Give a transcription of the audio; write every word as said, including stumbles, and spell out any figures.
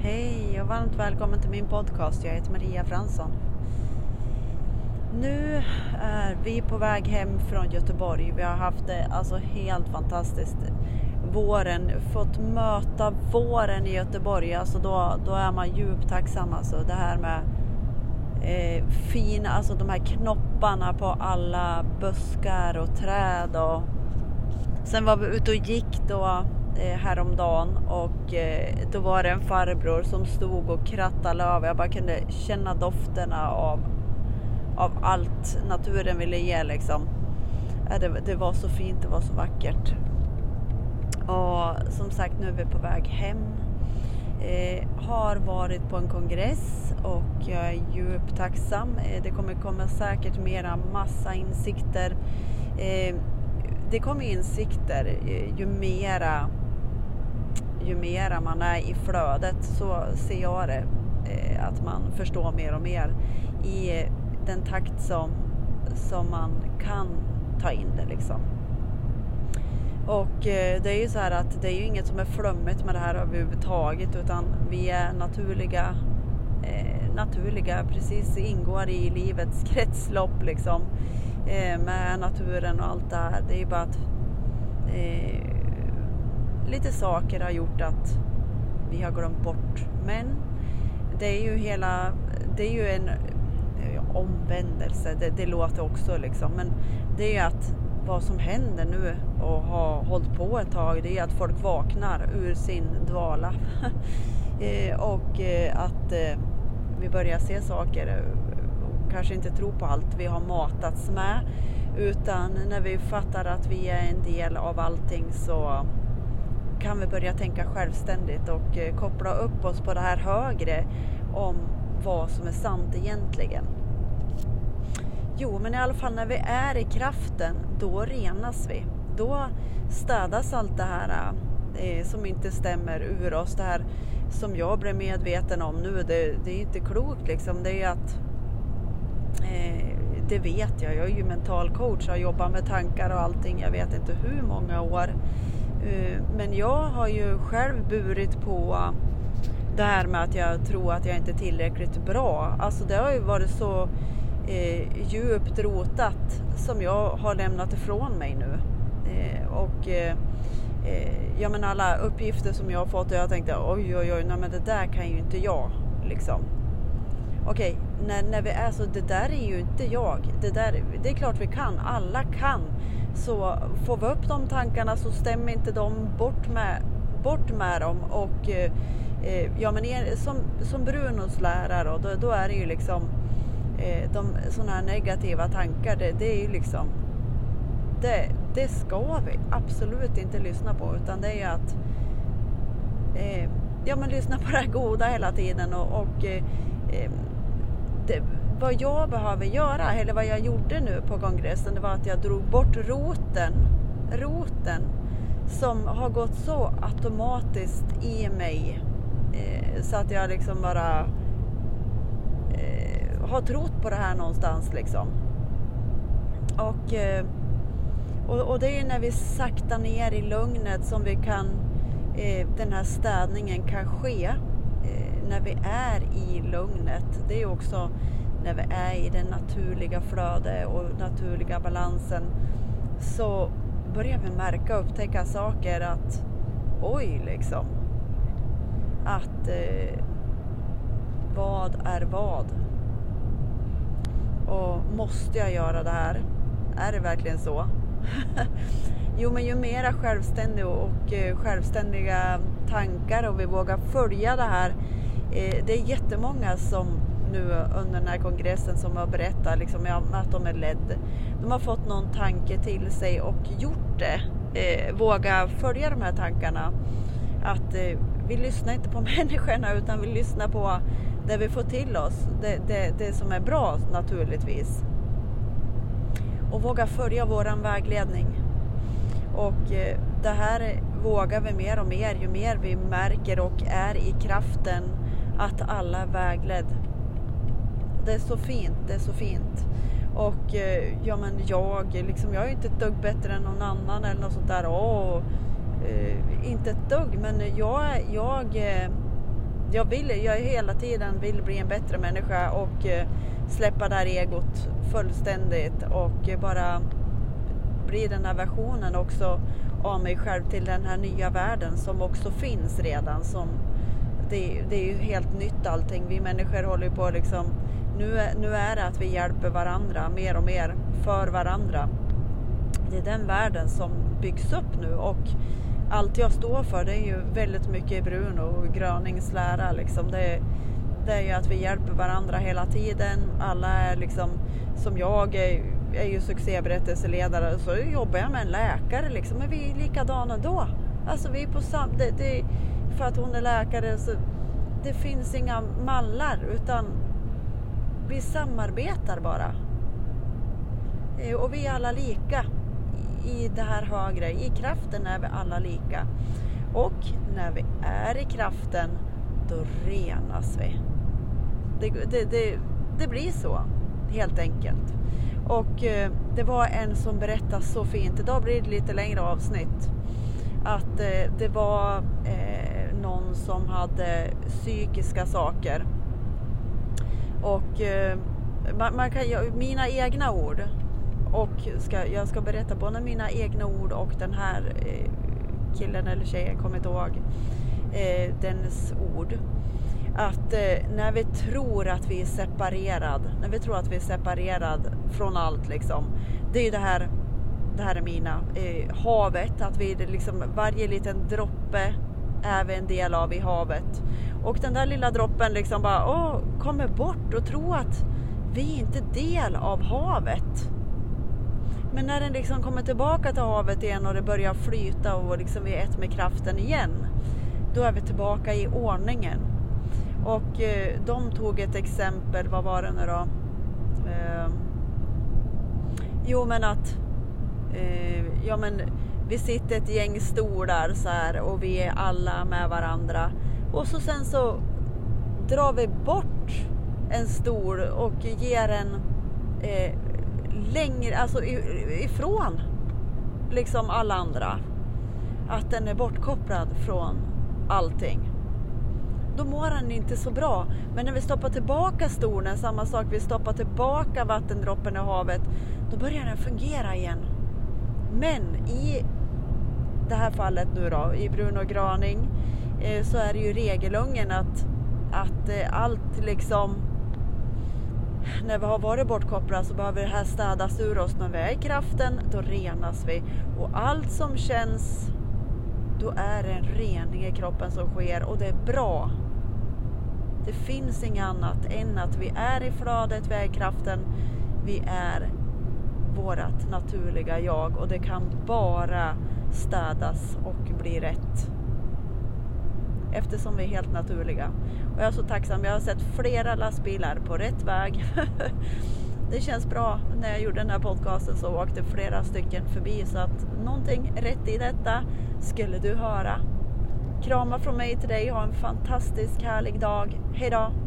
Hej och varmt välkommen till min podcast. Jag heter Maria Fransson. Nu är vi på väg hem från Göteborg. Vi har haft det alltså helt fantastiskt. Våren, fått möta våren i Göteborg. Alltså då, då är man djupt tacksam. Alltså det här med eh, fina, alltså de här knopparna på alla buskar och träd. Och sen var vi ute och gick då eh, häromdagen och eh, då var det en farbror som stod och krattade löv. Jag bara kunde känna dofterna av, av allt naturen ville ge liksom. Eh, det, det var så fint, det var så vackert. Och som sagt, nu är vi på väg hem. Eh, har varit på en kongress och jag är djupt tacksam. Eh, det kommer komma säkert mera massa insikter. Eh, det kommer insikter eh, ju mera ju mera man är i flödet, så ser jag det. Eh, att man förstår mer och mer i eh, den takt som, som man kan ta in det liksom. Och eh, det är ju så här att det är ju inget som är flummigt med det här överhuvudtaget, utan vi är naturliga eh, naturliga, precis ingår i livets kretslopp liksom, eh, med naturen och allt det här. Det är ju bara att eh, lite saker har gjort att vi har glömt bort, men det är ju hela det är ju en eh, omvändelse, det, det låter också liksom, men det är ju att vad som händer nu och har hållit på ett tag, det är att folk vaknar ur sin dvala eh, och eh, att eh, vi börjar se saker och kanske inte tro på allt vi har matats med, utan när vi fattar att vi är en del av allting, så kan vi börja tänka självständigt och eh, koppla upp oss på det här högre om vad som är sant egentligen. Jo, men i alla fall när vi är i kraften, då renas vi. Då städas allt det här eh, som inte stämmer ur oss. Det här som jag blev medveten om nu, det, det är ju inte klokt liksom. Det är ju att, eh, det vet jag, jag är ju mental coach, har jobbat med tankar och allting, jag vet inte hur många år. Eh, men jag har ju själv burit på det här med att jag tror att jag inte är tillräckligt bra. Alltså det har ju varit så Eh, djupt rotat som jag har lämnat ifrån mig nu. Eh, och eh, eh, ja, men alla uppgifter som jag har fått, och jag tänkte oj oj oj, nej, men det där kan ju inte jag liksom. Okej, när, när vi är så, det där är ju inte jag. Det, där, det är klart vi kan, alla kan. Så får vi upp de tankarna, så stämmer inte de bort med, bort med dem. Och eh, ja, men er, som, som Brunos lärare, och då, då är det ju liksom de sådana här negativa tankar, det, det är ju liksom det, det ska vi absolut inte lyssna på, utan det är ju att eh, ja, men lyssna på det här goda hela tiden. Och, och eh, det, vad jag behöver göra, eller vad jag gjorde nu på kongressen, det var att jag drog bort roten roten som har gått så automatiskt i mig, eh, så att jag liksom bara eh, har trott på det här någonstans liksom. Och, och, och det är när vi saktar ner i lugnet som vi kan, eh, den här städningen kan ske, eh, när vi är i lugnet. Det är också när vi är i den naturliga flödet och naturliga balansen, så börjar vi märka och upptäcka saker, att oj liksom, att eh, vad är vad? Och måste jag göra det här? Är det verkligen så? Jo, men ju mera självständig och självständiga tankar, och vi vågar följa det här. Det är jättemånga som nu under den här kongressen som har berättat liksom, att de är ledda. De har fått någon tanke till sig och gjort det. Våga följa de här tankarna. Att vi lyssnar inte på människorna, utan vi lyssnar på det vi får till oss, det, det, det som är bra naturligtvis. Och våga följa våran vägledning. Och eh, det här vågar vi mer och mer, ju mer vi märker och är i kraften att alla är vägledd. Det är så fint, det är så fint. Och eh, ja, men jag, liksom, jag är inte ett dugg bättre än någon annan eller något sånt där. Åh, eh, inte ett dugg, men jag, jag eh, jag vill, jag hela tiden vill bli en bättre människa och eh, släppa det här egot fullständigt och eh, bara bli den här versionen också av mig själv till den här nya världen som också finns redan. Som det, det är ju helt nytt allting. Vi människor håller på liksom, nu, nu är det att vi hjälper varandra mer och mer för varandra. Det är den världen som byggs upp nu och allt jag står för, det är ju väldigt mycket Bruno och Grönings lära liksom. Det, det är ju att vi hjälper varandra hela tiden. Alla är liksom, som jag är, är ju succéberättelseledare, så jobbar jag med en läkare liksom. Men vi är likadana då. Alltså vi är på sam... Det, det, för att hon är läkare så det finns inga mallar, utan vi samarbetar bara. Och vi är alla lika i det här högre. I kraften är vi alla lika. Och när vi är i kraften, då renas vi. Det, det, det, det blir så, helt enkelt. Och eh, det var en som berättade så fint. Idag blir det lite längre avsnitt. Att eh, det var eh, någon som hade psykiska saker. Och eh, man, man kan, mina egna ord. Och ska, jag ska berätta både mina egna ord och den här eh, killen eller tjejen, kommer inte ihåg, eh, dens ord. Att eh, när vi tror att vi är separerad, när vi tror att vi är separerad från allt liksom. Det är ju det här, det här är mina, eh, havet, att vi liksom, varje liten droppe är vi en del av i havet. Och den där lilla droppen liksom bara, åh, kommer bort och tror att vi är inte del av havet. Men när den liksom kommer tillbaka till havet igen och det börjar flyta och liksom vi är ett med kraften igen, då är vi tillbaka i ordningen. Och eh, de tog ett exempel, vad var det nu då? Eh, jo men att eh, ja men vi sitter ett gäng stolar så här och vi är alla med varandra. Och så sen så drar vi bort en stol och ger en eh, längre, alltså ifrån liksom alla andra, att den är bortkopplad från allting, då mår den inte så bra. Men när vi stoppar tillbaka stolen, samma sak, vi stoppar tillbaka vattendroppen i havet, då börjar den fungera igen. Men i det här fallet nu då, i Bruno Graning, eh, så är det ju regelungen att, att eh, allt liksom, när vi har varit bortkopplade så behöver det här städas ur oss. När vi är i kraften, då renas vi. Och allt som känns, då är det en rening i kroppen som sker. Och det är bra. Det finns inget annat än att vi är i flödet, vi är i kraften. Vi är vårat naturliga jag. Och det kan bara städas och bli rätt. Eftersom vi är helt naturliga. Och jag är så tacksam. Jag har sett flera lastbilar på rätt väg. Det känns bra. När jag gjorde den här podcasten så åkte flera stycken förbi. Så att någonting rätt i detta skulle du höra. Kramar från mig till dig. Ha en fantastisk härlig dag. Hej då!